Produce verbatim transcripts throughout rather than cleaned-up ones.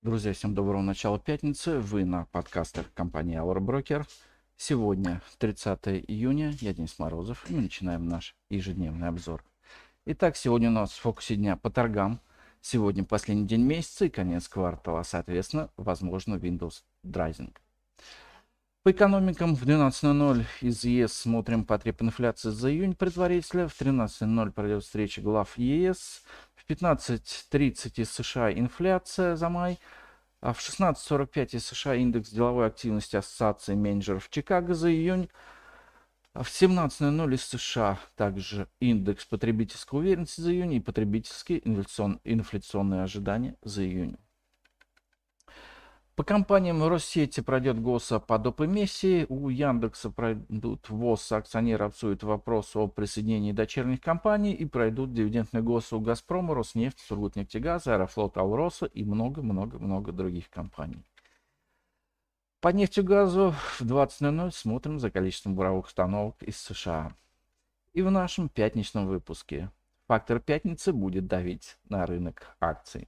Друзья, всем доброго начала пятницы. Вы на подкастах компании Our Broker. Сегодня тридцатое июня, я Денис Морозов, и мы начинаем наш ежедневный обзор. Итак, сегодня у нас в фокусе дня по торгам. Сегодня последний день месяца и конец квартала, соответственно, возможно, Windows Rising. По экономикам в двенадцать ноль ноль из ЕС смотрим потреб инфляции за июнь предварителя. В тринадцать ноль ноль пройдет встреча глав ЕС. В пятнадцать тридцать из США инфляция за май. А в шестнадцать сорок пять из США индекс деловой активности Ассоциации менеджеров Чикаго за июнь. А в семнадцать ноль ноль из США также индекс потребительской уверенности за июнь и потребительские инфляцион, инфляционные ожидания за июнь. По компаниям Россети пройдет ГОСа по доп. Эмиссии, у Яндекса пройдут ВОС, акционеры обсудят вопрос о присоединении дочерних компаний и пройдут дивидендные ГОСы у Газпрома, Роснефть, Сургутнефтегаза, Аэрофлот, Алроса и много-много-много других компаний. По нефтегазу в двадцать ноль ноль смотрим за количеством буровых установок из США. И в нашем пятничном выпуске фактор пятницы будет давить на рынок акций.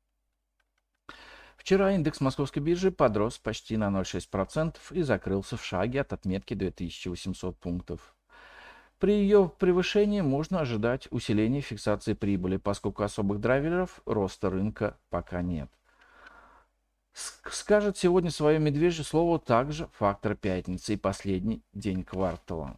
Вчера индекс московской биржи подрос почти на ноль целых шесть десятых процента и закрылся в шаге от отметки две тысячи восемьсот пунктов. При ее превышении можно ожидать усиления фиксации прибыли, поскольку особых драйверов роста рынка пока нет. Скажет сегодня свое медвежье слово также фактор пятницы и последний день квартала.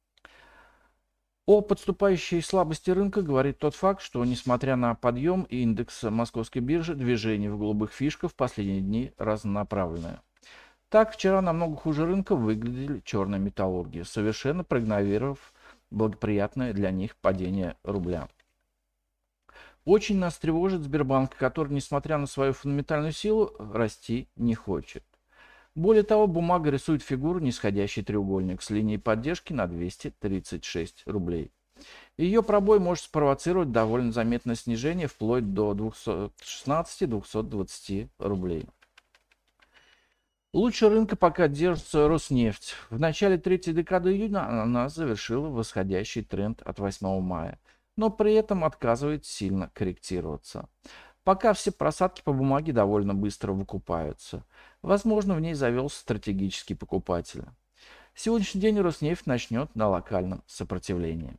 О подступающей слабости рынка говорит тот факт, что несмотря на подъем индекса московской биржи, движение в голубых фишках в последние дни разнонаправленное. Так, вчера намного хуже рынка выглядели черные металлурги, совершенно проигнорировав благоприятное для них падение рубля. Очень нас тревожит Сбербанк, который, несмотря на свою фундаментальную силу, расти не хочет. Более того, бумага рисует фигуру нисходящий треугольник с линией поддержки на двести тридцать шесть рублей. Ее пробой может спровоцировать довольно заметное снижение вплоть до двухсот шестнадцати — двухсот двадцати рублей. Лучше рынка пока держится Роснефть. В начале третьей декады июня она завершила восходящий тренд от восьмого мая, но при этом отказывает сильно корректироваться. Пока все просадки по бумаге довольно быстро выкупаются. Возможно, в ней завелся стратегический покупатель. Сегодняшний день Роснефть начнет на локальном сопротивлении.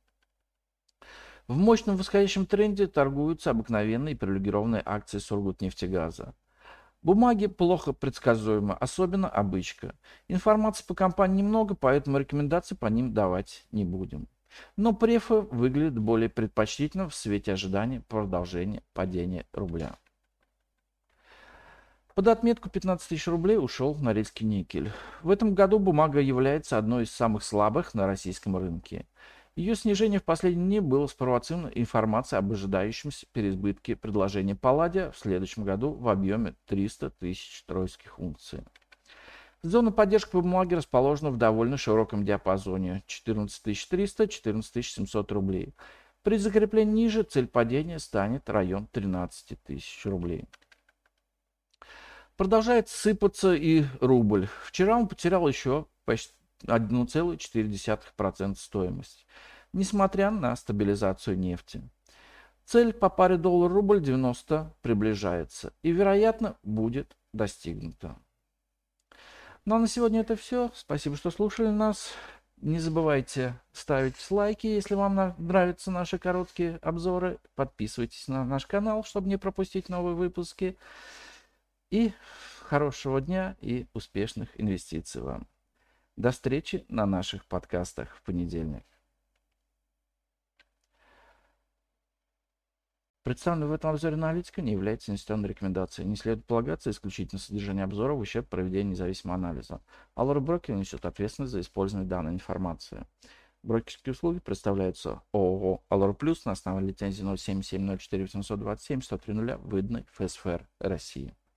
В мощном восходящем тренде торгуются обыкновенные привилегированные акции Сургутнефтегаза. Бумаги плохо предсказуемы, особенно обычка. Информации по компании немного, поэтому рекомендаций по ним давать не будем. Но префы выглядят более предпочтительно в свете ожидания продолжения падения рубля. Под отметку пятнадцать тысяч рублей ушел Норильский никель. В этом году бумага является одной из самых слабых на российском рынке. Ее снижение в последние дни было спровоцировано информацией об ожидающемся переизбытке предложения палладия в следующем году в объеме триста тысяч тройских унций. Зона поддержки по бумаге расположена в довольно широком диапазоне четырнадцать тысяч триста — четырнадцать тысяч семьсот рублей. При закреплении ниже цель падения станет район тринадцать тысяч рублей. Продолжает сыпаться и рубль. Вчера он потерял еще почти одна целая четыре десятых процента стоимости, несмотря на стабилизацию нефти. Цель по паре доллар-рубль девяносто приближается и, вероятно, будет достигнута. Ну а на сегодня это все. Спасибо, что слушали нас. Не забывайте ставить лайки, если вам нравятся наши короткие обзоры. Подписывайтесь на наш канал, чтобы не пропустить новые выпуски. И хорошего дня и успешных инвестиций вам. До встречи на наших подкастах в понедельник. Представленная в этом обзоре аналитика не является инвестиционной рекомендацией. Не следует полагаться исключительно на содержание обзора в ущерб проведения независимого анализа. Our Broker несет ответственность за использование данной информации. Брокерские услуги представляются ООО Allure Plus на основе лицензии ноль семь семь ноль четыре восемь два семь сто три ноль, выданной ФСФР России.